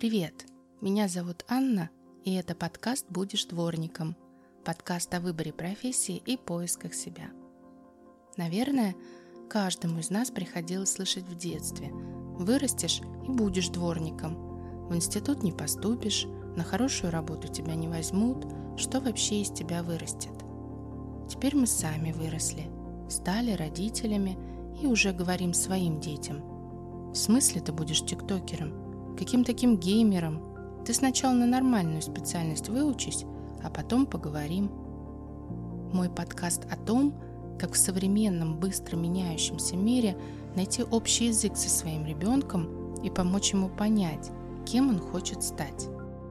Привет, меня зовут Анна, и это подкаст «Будешь дворником», подкаст о выборе профессии и поисках себя. Наверное, каждому из нас приходилось слышать в детстве: вырастешь и будешь дворником, в институт не поступишь, на хорошую работу тебя не возьмут, что вообще из тебя вырастет? Теперь мы сами выросли, стали родителями и уже говорим своим детям: в смысле ты будешь тиктокером? Каким таким геймером? Ты сначала на нормальную специальность выучись, а потом поговорим. Мой подкаст о том, как в современном, быстро меняющемся мире найти общий язык со своим ребенком и помочь ему понять, кем он хочет стать.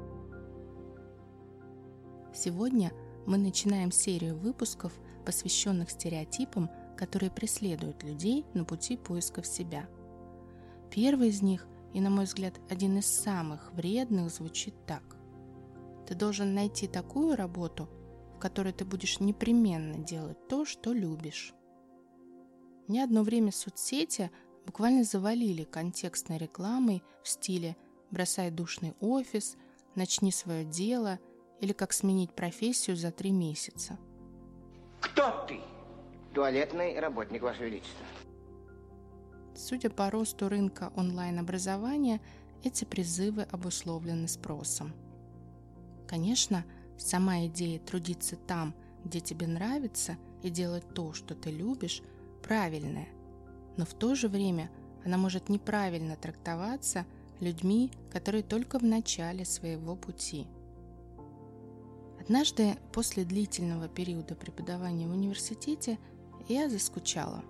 Сегодня мы начинаем серию выпусков, посвященных стереотипам, которые преследуют людей на пути поисков себя. Первый из них, и, на мой взгляд, один из самых вредных, звучит так: ты должен найти такую работу, в которой ты будешь непременно делать то, что любишь. Мне одно время соцсети буквально завалили контекстной рекламой в стиле «бросай душный офис», «начни свое дело» или «как сменить профессию за 3 месяца». Кто ты? Туалетный работник, Ваше Величество. Судя по росту рынка онлайн-образования, эти призывы обусловлены спросом. Конечно, сама идея трудиться там, где тебе нравится, и делать то, что ты любишь, правильная, но в то же время она может неправильно трактоваться людьми, которые только в начале своего пути. Однажды, после длительного периода преподавания в университете, я заскучала.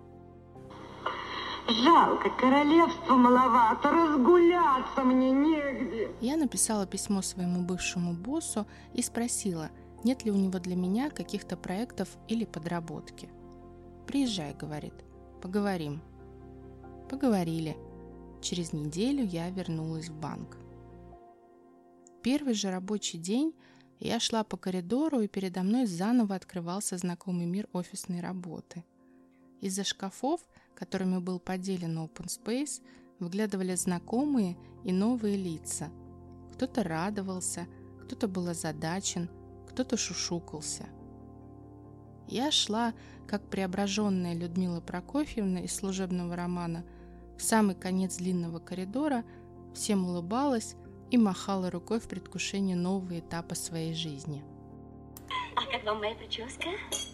Жалко, королевства маловато, разгуляться мне негде. Я написала письмо своему бывшему боссу и спросила, нет ли у него для меня каких-то проектов или подработки. «Приезжай», — говорит, — «поговорим». Поговорили. Через неделю я вернулась в банк. Первый же рабочий день я шла по коридору, и передо мной заново открывался знакомый мир офисной работы. Из-за шкафов, которыми был поделен open space, выглядывали знакомые и новые лица. Кто-то радовался, кто-то был озадачен, кто-то шушукался. Я шла, как преображенная Людмила Прокофьевна из служебного романа, в самый конец длинного коридора, всем улыбалась и махала рукой в предвкушении нового этапа своей жизни. А как вам моя прическа?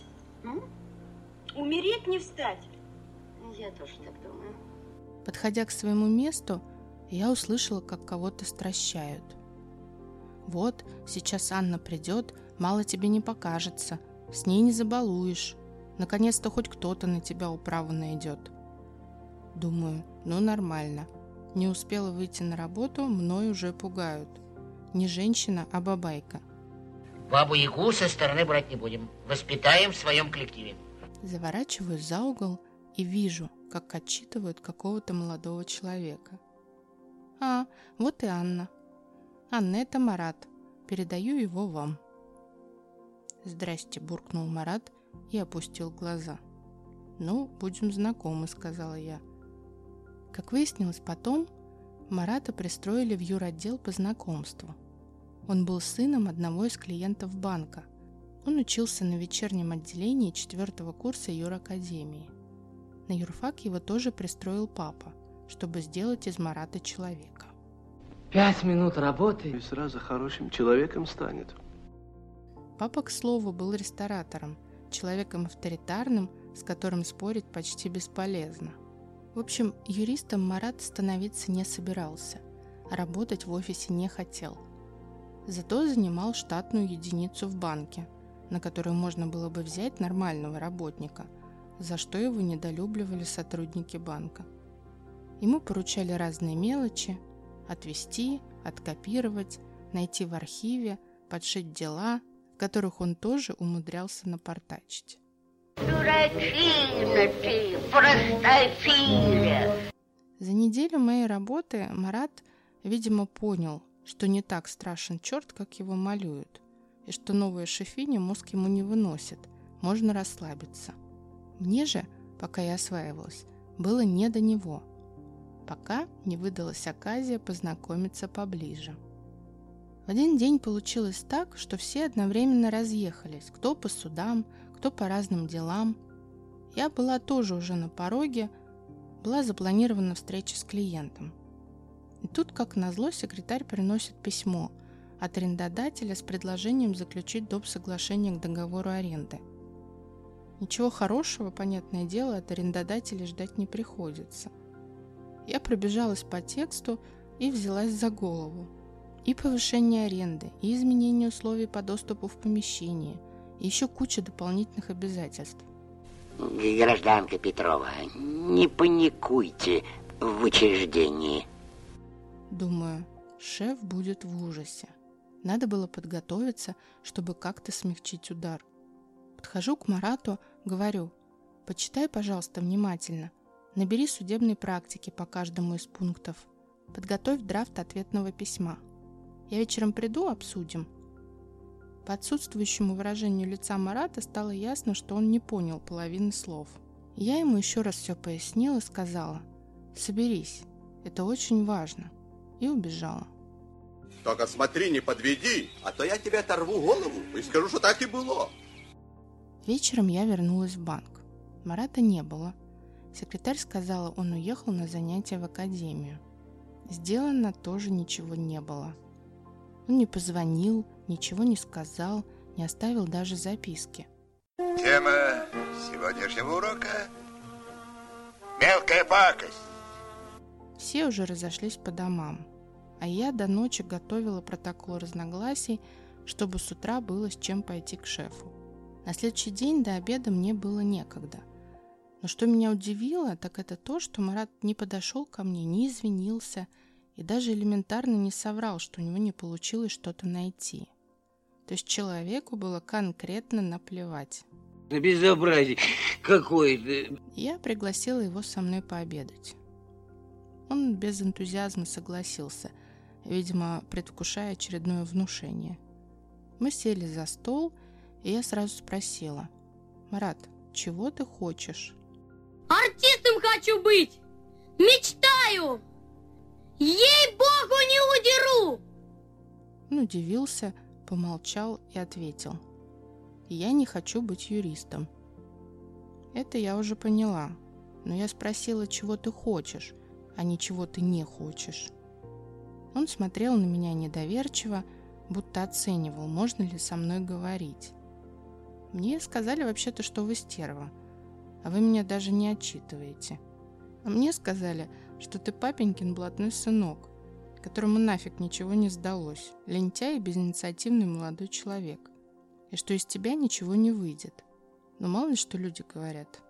Умереть не встать. Я тоже так думаю. Подходя к своему месту, я услышала, как кого-то стращают. «Вот, сейчас Анна придет, мало тебе не покажется, с ней не забалуешь. Наконец-то хоть кто-то на тебя управу найдет». Думаю, ну нормально. Не успела выйти на работу, мной уже пугают. Не женщина, а бабайка. Бабу-ягу со стороны брать не будем. Воспитаем в своем коллективе. Заворачиваю за угол и вижу, как отчитывают какого-то молодого человека. А, вот и Анна. Анна, это Марат. Передаю его вам. Здрасте, буркнул Марат и опустил глаза. Ну, будем знакомы, сказала я. Как выяснилось потом, Марата пристроили в юротдел по знакомству. Он был сыном одного из клиентов банка. Он учился на вечернем отделении 4-го курса юракадемии. На юрфак его тоже пристроил папа, чтобы сделать из Марата человека. 5 минут работы, и сразу хорошим человеком станет. Папа, к слову, был ресторатором, человеком авторитарным, с которым спорить почти бесполезно. В общем, юристом Марат становиться не собирался, а работать в офисе не хотел. Зато занимал штатную единицу в банке, на которую можно было бы взять нормального работника, за что его недолюбливали сотрудники банка. Ему поручали разные мелочи: отвезти, откопировать, найти в архиве, подшить дела, в которых он тоже умудрялся напортачить. Дурачина ты, простофиля! За неделю моей работы Марат, видимо, понял, что не так страшен черт, как его малюют, и что новая шефиня мозг ему не выносит, можно расслабиться. Мне же, пока я осваивалась, было не до него. пока не выдалась оказия познакомиться поближе. В один день получилось так, что все одновременно разъехались, кто по судам, кто по разным делам. Я была тоже уже на пороге, была запланирована встреча с клиентом. И тут, как назло, секретарь приносит письмо от арендодателя с предложением заключить доп. Соглашение к договору аренды. Ничего хорошего, понятное дело, от арендодателя ждать не приходится. Я пробежалась по тексту и взялась за голову. И повышение аренды, и изменение условий по доступу в помещение, и еще куча дополнительных обязательств. Гражданка Петрова, не паникуйте в учреждении. Думаю, шеф будет в ужасе. Надо было подготовиться, чтобы как-то смягчить удар. Подхожу к Марату, говорю: почитай, пожалуйста, внимательно. Набери судебной практики по каждому из пунктов. Подготовь драфт ответного письма. Я вечером приду, обсудим. По отсутствующему выражению лица Марата стало ясно, что он не понял половины слов. Я ему еще раз все пояснила и сказала: соберись, это очень важно. И убежала. Только смотри, не подведи, а то я тебе оторву голову и скажу, что так и было. Вечером я вернулась в банк. Марата не было. Секретарь сказала, он уехал на занятия в академию. Сделано тоже ничего не было. Он не позвонил, ничего не сказал, не оставил даже записки. Тема сегодняшнего урока – мелкая пакость. Все уже разошлись по домам, а я до ночи готовила протокол разногласий, чтобы с утра было с чем пойти к шефу. На следующий день до обеда мне было некогда. Но что меня удивило, так это то, что Марат не подошел ко мне, не извинился и даже элементарно не соврал, что у него не получилось что-то найти. То есть человеку было конкретно наплевать. Безобразие какое-то. Я пригласила его со мной пообедать. Он без энтузиазма согласился, видимо, предвкушая очередное внушение. Мы сели за стол, и я сразу спросила: «Марат, чего ты хочешь?» «Артистом хочу быть! Мечтаю! Ей-богу, не удеру!» Он удивился, помолчал и ответил: «Я не хочу быть юристом». Это я уже поняла, но я спросила, чего ты хочешь, а не чего ты не хочешь. Он смотрел на меня недоверчиво, будто оценивал, можно ли со мной говорить. Мне сказали вообще-то, что вы стерва, а вы меня даже не отчитываете. А мне сказали, что ты папенькин блатной сынок, которому нафиг ничего не сдалось, лентяй и безинициативный молодой человек, и что из тебя ничего не выйдет. Но мало ли что люди говорят.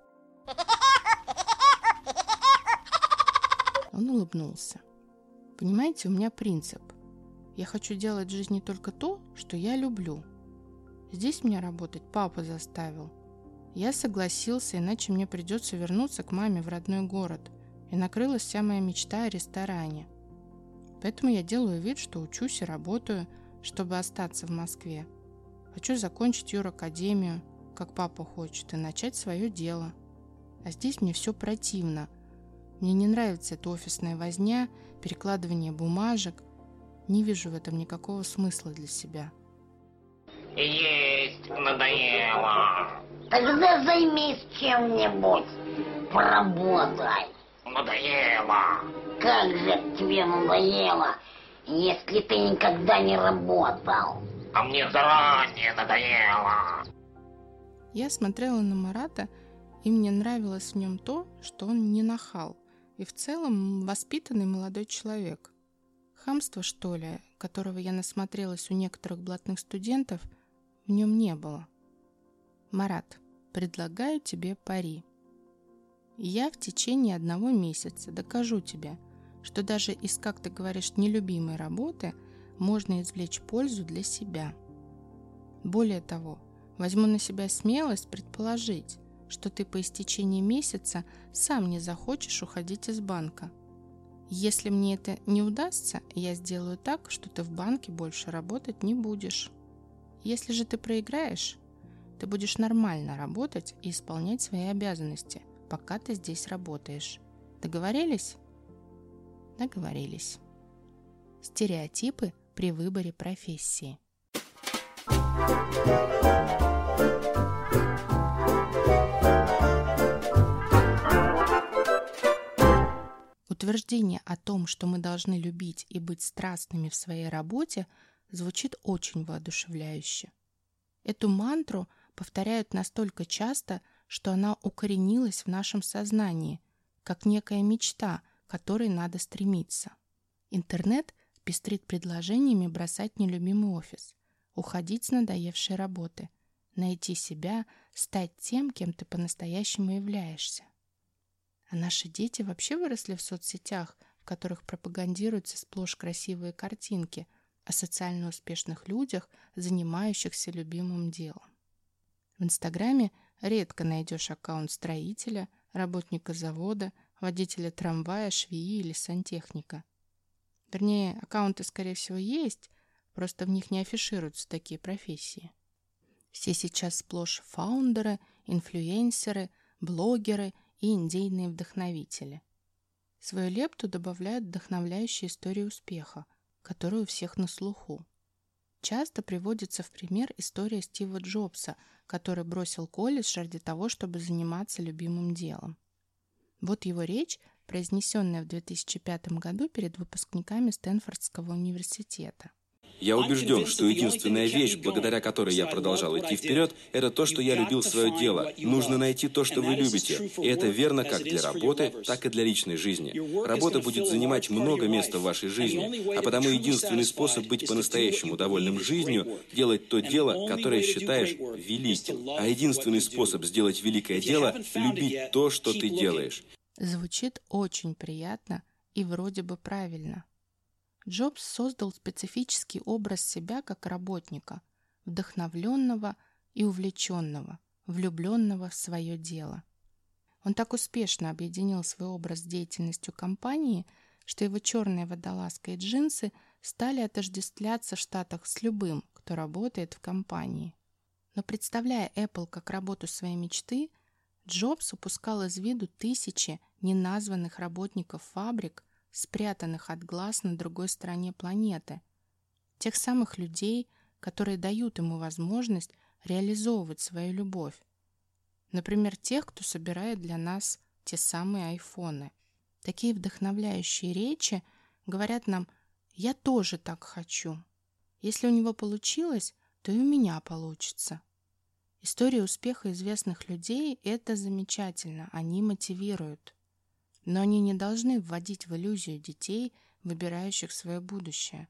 Он улыбнулся. Понимаете, у меня принцип. Я хочу делать в жизни только то, что я люблю. Здесь меня работать папа заставил. Я согласился, иначе мне придется вернуться к маме в родной город. И накрылась вся моя мечта о ресторане. Поэтому я делаю вид, что учусь и работаю, чтобы остаться в Москве. Хочу закончить юракадемию, как папа хочет, и начать свое дело. А здесь мне все противно. Мне не нравится эта офисная возня, перекладывание бумажек. Не вижу в этом никакого смысла для себя. Есть, надоело. Тогда займись чем-нибудь. Поработай. Надоело. Как же тебе надоело, если ты никогда не работал? А мне заранее надоело. Я смотрела на Марата, и мне нравилось в нем то, что он не нахал, и в целом воспитанный молодой человек. Хамства, что ли, которого я насмотрелась у некоторых блатных студентов, в нем не было. Марат, предлагаю тебе пари. Я в течение 1 месяца докажу тебе, что даже из, как ты говоришь, нелюбимой работы можно извлечь пользу для себя. Более того, возьму на себя смелость предположить, что ты по истечении месяца сам не захочешь уходить из банка. Если мне это не удастся, я сделаю так, что ты в банке больше работать не будешь. Если же ты проиграешь, ты будешь нормально работать и исполнять свои обязанности, пока ты здесь работаешь. Договорились? Договорились. Стереотипы при выборе профессии. Утверждение о том, что мы должны любить и быть страстными в своей работе, звучит очень воодушевляюще. Эту мантру повторяют настолько часто, что она укоренилась в нашем сознании, как некая мечта, к которой надо стремиться. Интернет пестрит предложениями бросать нелюбимый офис, уходить с надоевшей работы, найти себя, стать тем, кем ты по-настоящему являешься. А наши дети вообще выросли в соцсетях, в которых пропагандируются сплошь красивые картинки о социально успешных людях, занимающихся любимым делом. В Инстаграме редко найдешь аккаунт строителя, работника завода, водителя трамвая, швеи или сантехника. Вернее, аккаунты, скорее всего, есть, просто в них не афишируются такие профессии. Все сейчас сплошь фаундеры, инфлюенсеры, блогеры и идейные вдохновители. Свою лепту добавляют вдохновляющие истории успеха, которые у всех на слуху. Часто приводится в пример история Стива Джобса, который бросил колледж ради того, чтобы заниматься любимым делом. Вот его речь, произнесенная в 2005 году перед выпускниками Стэнфордского университета. Я убежден, что единственная вещь, благодаря которой я продолжал идти вперед, это то, что я любил свое дело. Нужно найти то, что вы любите. И это верно как для работы, так и для личной жизни. Работа будет занимать много места в вашей жизни, а потому единственный способ быть по-настоящему довольным жизнью – делать то дело, которое считаешь великим. А единственный способ сделать великое дело – любить то, что ты делаешь. Звучит очень приятно и вроде бы правильно. Джобс создал специфический образ себя как работника, вдохновленного и увлеченного, влюбленного в свое дело. Он так успешно объединил свой образ с деятельностью компании, что его черная водолазка и джинсы стали отождествляться в Штатах с любым, кто работает в компании. Но представляя Apple как работу своей мечты, Джобс упускал из виду тысячи неназванных работников фабрик, спрятанных от глаз на другой стороне планеты, тех самых людей, которые дают ему возможность реализовывать свою любовь. Например, тех, кто собирает для нас те самые айфоны. Такие вдохновляющие речи говорят нам: «Я тоже так хочу. Если у него получилось, то и у меня получится». Истории успеха известных людей – это замечательно, они мотивируют. Но они не должны вводить в иллюзию детей, выбирающих свое будущее.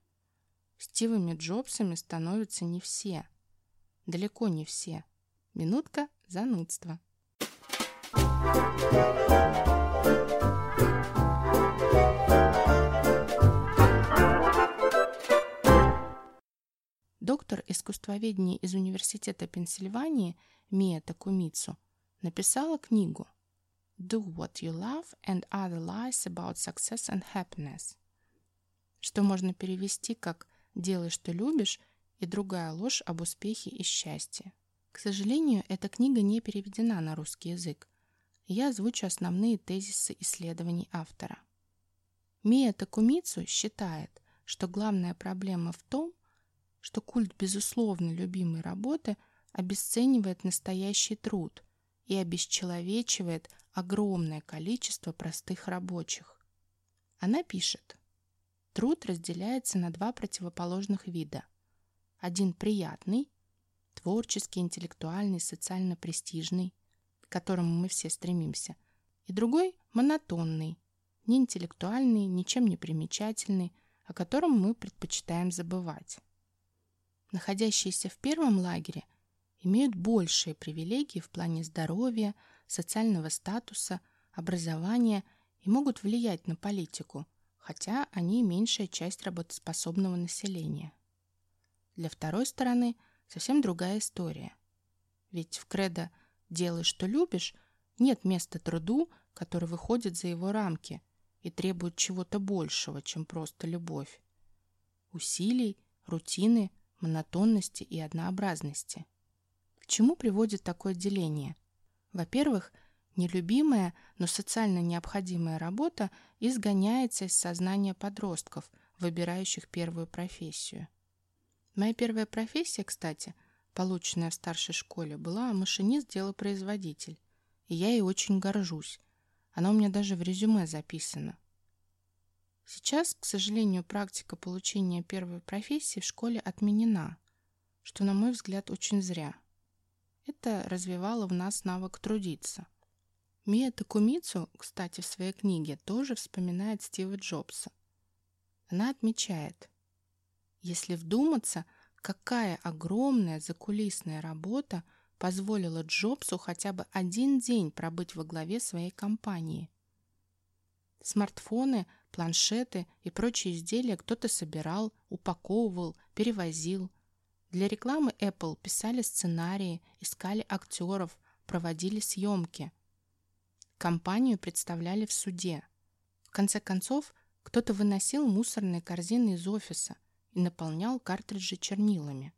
Стивами Джобсами становятся не все. Далеко не все. Минутка занудства. Доктор искусствоведения из Университета Пенсильвании Мия Такумицу написала книгу «Do what you love and other lies about success and happiness», что можно перевести как «делай, что любишь» и другая ложь об успехе и счастье. К сожалению, эта книга не переведена на русский язык. Я озвучу основные тезисы исследований автора. Мия Такумицу считает, что главная проблема в том, что культ безусловно любимой работы обесценивает настоящий труд и обесчеловечивает огромное количество простых рабочих. Она пишет: труд разделяется на два противоположных вида. Один приятный, творческий, интеллектуальный, социально престижный, к которому мы все стремимся, и другой монотонный, неинтеллектуальный, ничем не примечательный, о котором мы предпочитаем забывать. Находящиеся в первом лагере имеют большие привилегии в плане здоровья, социального статуса, образования и могут влиять на политику, хотя они меньшая часть работоспособного населения. Для второй стороны совсем другая история. Ведь в кредо «делай, что любишь» нет места труду, который выходит за его рамки и требует чего-то большего, чем просто любовь. Усилий, рутины, монотонности и однообразности. К чему приводит такое деление? Во-первых, Нелюбимая, но социально необходимая работа изгоняется из сознания подростков, выбирающих первую профессию. Моя первая профессия, кстати, полученная в старшей школе, была машинист-делопроизводитель, и я ей очень горжусь. Она у меня даже в резюме записана. Сейчас, к сожалению, практика получения первой профессии в школе отменена, что, на мой взгляд, очень зря. Это развивало в нас навык трудиться. Мия Такумицу, кстати, в своей книге тоже вспоминает Стива Джобса. Она отмечает: если вдуматься, какая огромная закулисная работа позволила Джобсу хотя бы один день пробыть во главе своей компании. Смартфоны, планшеты и прочие изделия кто-то собирал, упаковывал, перевозил. Для рекламы Apple писали сценарии, искали актеров, проводили съемки. Компанию представляли в суде. В конце концов, кто-то выносил мусорные корзины из офиса и наполнял картриджи чернилами.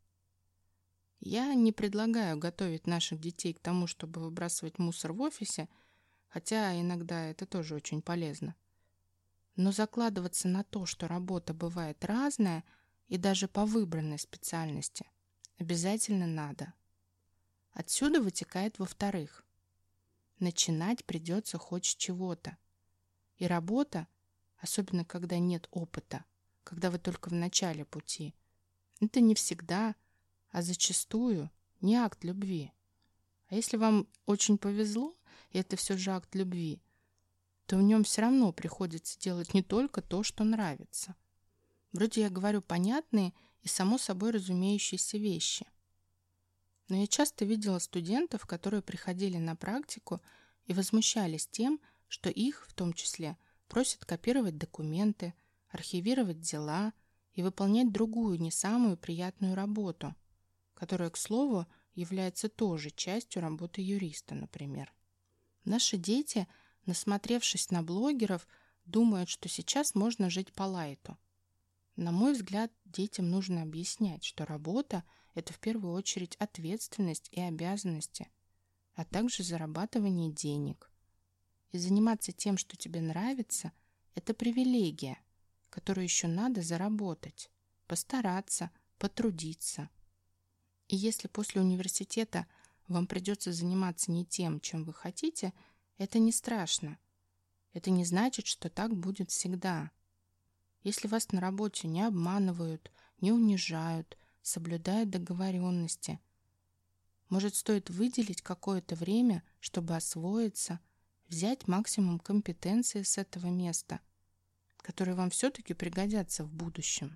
Я не предлагаю готовить наших детей к тому, чтобы выбрасывать мусор в офисе, хотя иногда это тоже очень полезно. Но закладываться на то, что работа бывает разная и даже по выбранной специальности, обязательно надо. Отсюда вытекает во-вторых: начинать придется хоть с чего-то. И работа, особенно когда нет опыта, когда вы только в начале пути, это не всегда, а зачастую не акт любви. А если вам очень повезло, и это все же акт любви, то в нем все равно приходится делать не только то, что нравится. Вроде я говорю понятные и само собой разумеющиеся вещи. Но я часто видела студентов, которые приходили на практику и возмущались тем, что их, в том числе, просят копировать документы, архивировать дела и выполнять другую, не самую приятную работу, которая, к слову, является тоже частью работы юриста, например. Наши дети, насмотревшись на блогеров, думают, что сейчас можно жить по лайту. На мой взгляд, детям нужно объяснять, что работа – это в первую очередь ответственность и обязанности, а также зарабатывание денег. И заниматься тем, что тебе нравится – это привилегия, которую еще надо заработать, постараться, потрудиться. И если после университета вам придется заниматься не тем, чем вы хотите, это не страшно. Это не значит, что так будет всегда. Если вас на работе не обманывают, не унижают, соблюдают договоренности, может, стоит выделить какое-то время, чтобы освоиться, взять максимум компетенции с этого места, которые вам все-таки пригодятся в будущем.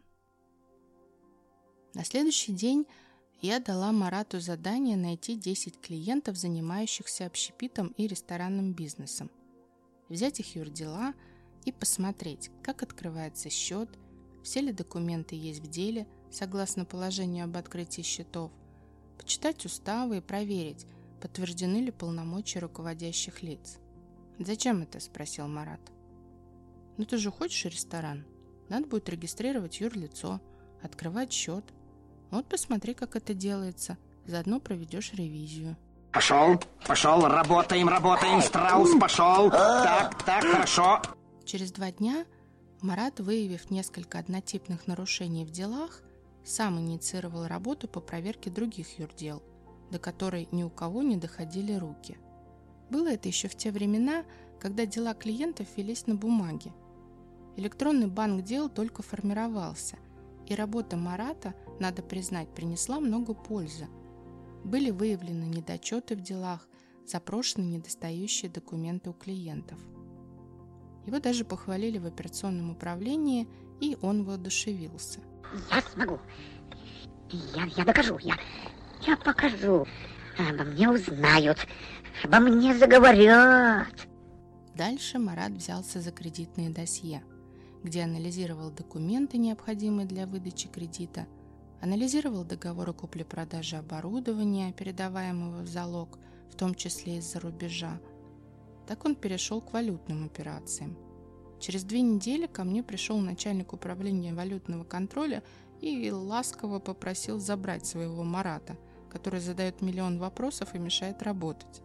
На следующий день я дала Марату задание найти 10 клиентов, занимающихся общепитом и ресторанным бизнесом, взять их юрдела и посмотреть, как открывается счет, все ли документы есть в деле, согласно положению об открытии счетов, почитать уставы и проверить, подтверждены ли полномочия руководящих лиц. «Зачем это?» – спросил Марат. «Ну ты же хочешь ресторан? Надо будет регистрировать юрлицо, открывать счет. Вот посмотри, как это делается, заодно проведешь ревизию». Пошел, работаем, Страус, пошел. Так, хорошо. Через 2 дня Марат, выявив несколько однотипных нарушений в делах, сам инициировал работу по проверке других юрдел, до которой ни у кого не доходили руки. Было это еще в те времена, когда дела клиентов велись на бумаге. Электронный банк дел только формировался, и работа Марата, надо признать, принесла много пользы. Были выявлены недочеты в делах, запрошены недостающие документы у клиентов. Его даже похвалили в операционном управлении, и он воодушевился. Я смогу. Я докажу. Я покажу. Обо мне узнают. Обо мне заговорят. Дальше Марат взялся за кредитные досье, где анализировал документы, необходимые для выдачи кредита, анализировал договоры купли-продажи оборудования, передаваемого в залог, в том числе из-за рубежа. Так он перешел к валютным операциям. Через 2 недели ко мне пришел начальник управления валютного контроля и ласково попросил забрать своего Марата, который задает миллион вопросов и мешает работать.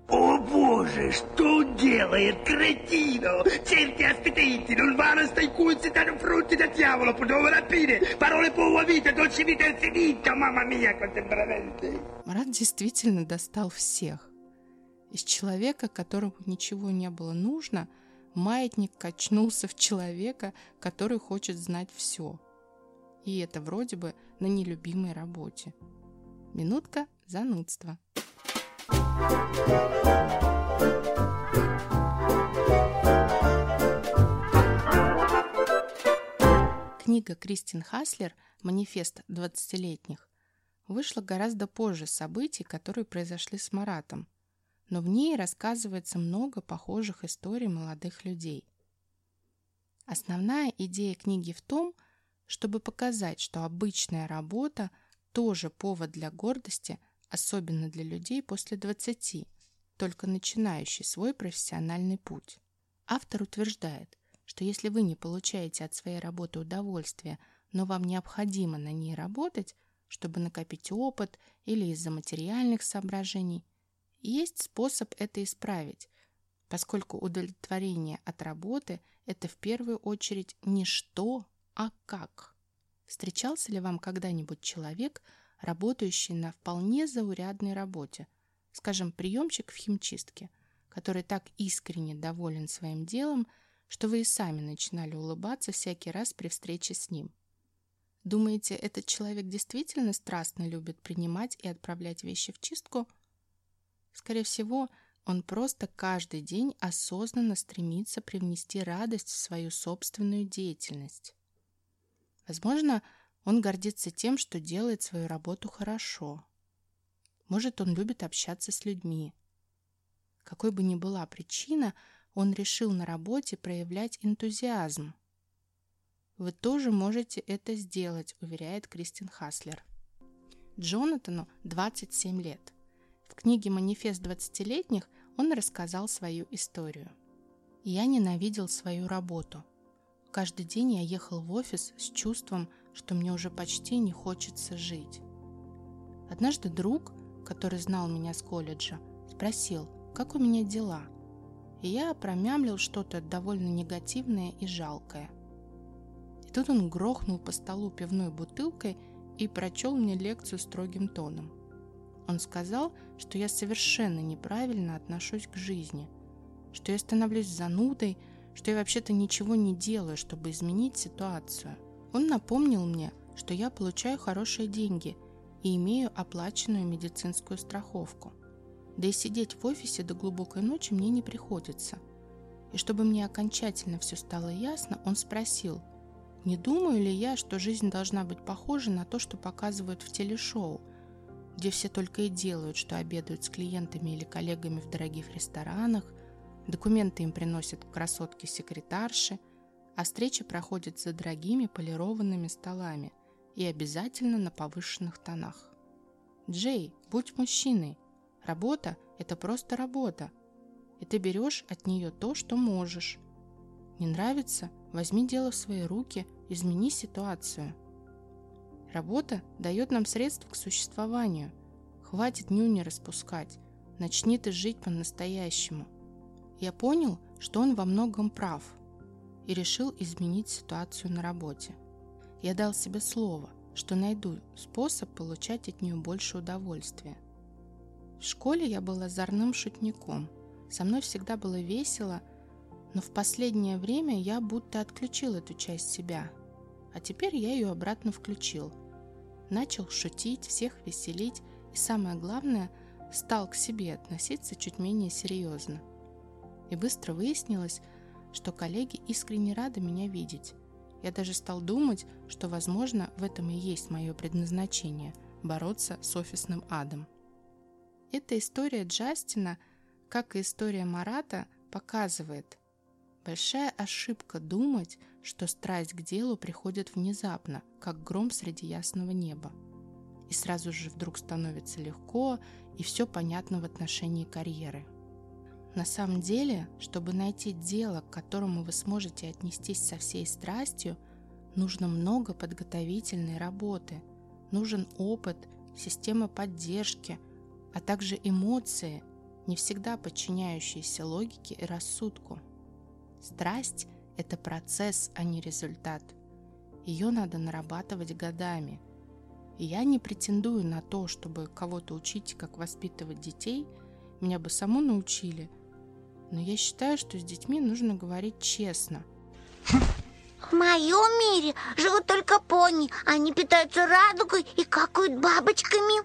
О боже, что он делает, кретino! Certi appetiti non vanno stai cuzzi danno frutti da diavolo, dove rapine, parole buona vita, dolce vita infinita, mamma mia, quanto veramente! Марат действительно достал всех. Из человека, которому ничего не было нужно, маятник качнулся в человека, который хочет знать все. И это вроде бы на нелюбимой работе. Минутка занудства. Книга Кристин Хаслер «Манифест 20-летних» вышла гораздо позже событий, которые произошли с Маратом, но в ней рассказывается много похожих историй молодых людей. Основная идея книги в том, чтобы показать, что обычная работа тоже повод для гордости, особенно для людей после 20, только начинающий свой профессиональный путь. Автор утверждает, что если вы не получаете от своей работы удовольствия, но вам необходимо на ней работать, чтобы накопить опыт или из-за материальных соображений, есть способ это исправить, поскольку удовлетворение от работы – это в первую очередь не что, а как. Встречался ли вам когда-нибудь человек, работающий на вполне заурядной работе, скажем, приемщик в химчистке, который так искренне доволен своим делом, что вы и сами начинали улыбаться всякий раз при встрече с ним? Думаете, этот человек действительно страстно любит принимать и отправлять вещи в чистку? Скорее всего, он просто каждый день осознанно стремится привнести радость в свою собственную деятельность. Возможно, он гордится тем, что делает свою работу хорошо. Может, он любит общаться с людьми. Какой бы ни была причина, он решил на работе проявлять энтузиазм. Вы тоже можете это сделать, уверяет Кристин Хаслер. Джонатану 27 лет. В книге «Манифест 20-летних» он рассказал свою историю. «Я ненавидел свою работу. Каждый день я ехал в офис с чувством, что мне уже почти не хочется жить. Однажды друг, который знал меня с колледжа, спросил, как у меня дела, и я промямлил что-то довольно негативное и жалкое. И тут он грохнул по столу пивной бутылкой и прочел мне лекцию строгим тоном. Он сказал, что я совершенно неправильно отношусь к жизни, что я становлюсь занудой, что я вообще-то ничего не делаю, чтобы изменить ситуацию. Он напомнил мне, что я получаю хорошие деньги и имею оплаченную медицинскую страховку. Да и сидеть в офисе до глубокой ночи мне не приходится. И чтобы мне окончательно все стало ясно, он спросил, не думаю ли я, что жизнь должна быть похожа на то, что показывают в телешоу, где все только и делают, что обедают с клиентами или коллегами в дорогих ресторанах, документы им приносят красотки-секретарши, а встречи проходят за дорогими полированными столами и обязательно на повышенных тонах. Джей, будь мужчиной. Работа – это просто работа. И ты берешь от нее то, что можешь. Не нравится – возьми дело в свои руки, измени ситуацию. Работа дает нам средства к существованию. Хватит нюни распускать. Начни ты жить по-настоящему. Я понял, что он во многом прав, и решил изменить ситуацию на работе. Я дал себе слово, что найду способ получать от нее больше удовольствия. В школе я был озорным шутником. Со мной всегда было весело, но в последнее время я будто отключил эту часть себя, а теперь я ее обратно включил. Начал шутить, всех веселить и, самое главное, стал к себе относиться чуть менее серьезно. И быстро выяснилось, что коллеги искренне рады меня видеть. Я даже стал думать, что, возможно, в этом и есть мое предназначение – бороться с офисным адом. Эта история Джастина, как и история Марата, показывает: большая ошибка думать, что страсть к делу приходит внезапно, как гром среди ясного неба. И сразу же вдруг становится легко, и все понятно в отношении карьеры. На самом деле, чтобы найти дело, к которому вы сможете отнестись со всей страстью, нужно много подготовительной работы, нужен опыт, система поддержки, а также эмоции, не всегда подчиняющиеся логике и рассудку. Страсть – это процесс, а не результат. Ее надо нарабатывать годами. И я не претендую на то, чтобы кого-то учить, как воспитывать детей. Меня бы саму научили. Но я считаю, что с детьми нужно говорить честно. В моем мире живут только пони. Они питаются радугой и какают бабочками.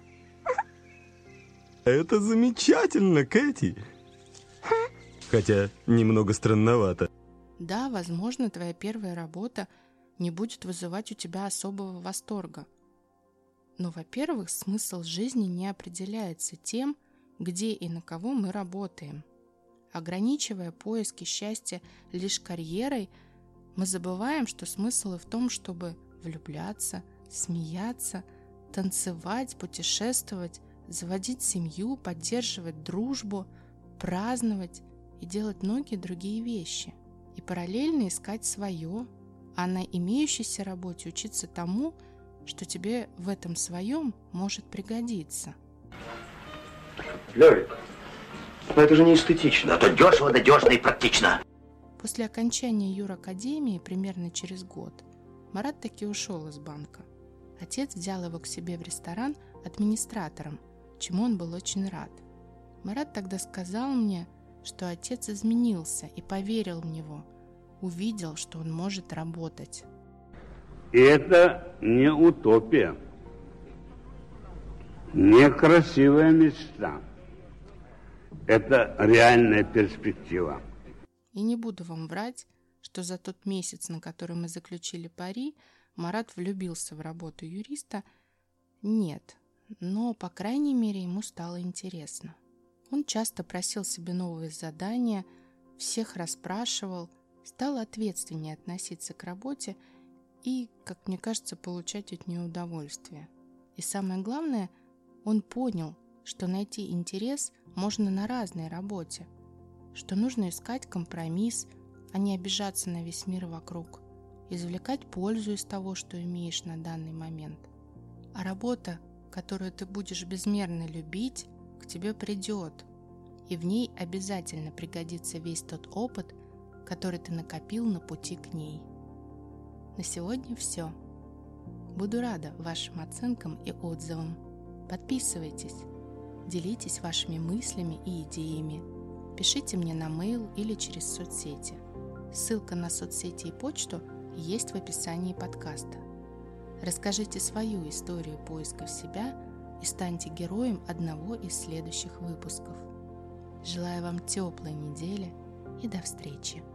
Это замечательно, Кэти. Хотя немного странновато. Да, возможно, твоя первая работа не будет вызывать у тебя особого восторга. Но, во-первых, смысл жизни не определяется тем, где и на кого мы работаем. Ограничивая поиски счастья лишь карьерой, мы забываем, что смысл и в том, чтобы влюбляться, смеяться, танцевать, путешествовать, заводить семью, поддерживать дружбу, праздновать и делать многие другие вещи. И параллельно искать свое, а на имеющейся работе учиться тому, что тебе в этом своем может пригодиться. Лёвик, но это же не эстетично. Зато дешево, надежно и практично. После окончания юракадемии, примерно через год, Марат таки ушел из банка. Отец взял его к себе в ресторан администратором, чему он был очень рад. Марат тогда сказал мне, что отец изменился и поверил в него, увидел, что он может работать. И это не утопия, не красивая мечта. Это реальная перспектива. И не буду вам врать, что за тот месяц, на который мы заключили пари, Марат влюбился в работу юриста. Нет, но, по крайней мере, ему стало интересно. Он часто просил себе новые задания, всех расспрашивал, стал ответственнее относиться к работе и, как мне кажется, получать от нее удовольствие. И самое главное, он понял, что найти интерес можно на разной работе, что нужно искать компромисс, а не обижаться на весь мир вокруг, извлекать пользу из того, что имеешь на данный момент. А работа, которую ты будешь безмерно любить, к тебе придет, и в ней обязательно пригодится весь тот опыт, который ты накопил на пути к ней. На сегодня все. Буду рада вашим оценкам и отзывам. Подписывайтесь, делитесь вашими мыслями и идеями. Пишите мне на mail или через соцсети. Ссылка на соцсети и почту есть в описании подкаста. Расскажите свою историю поиска себя и станьте героем одного из следующих выпусков. Желаю вам теплой недели и до встречи!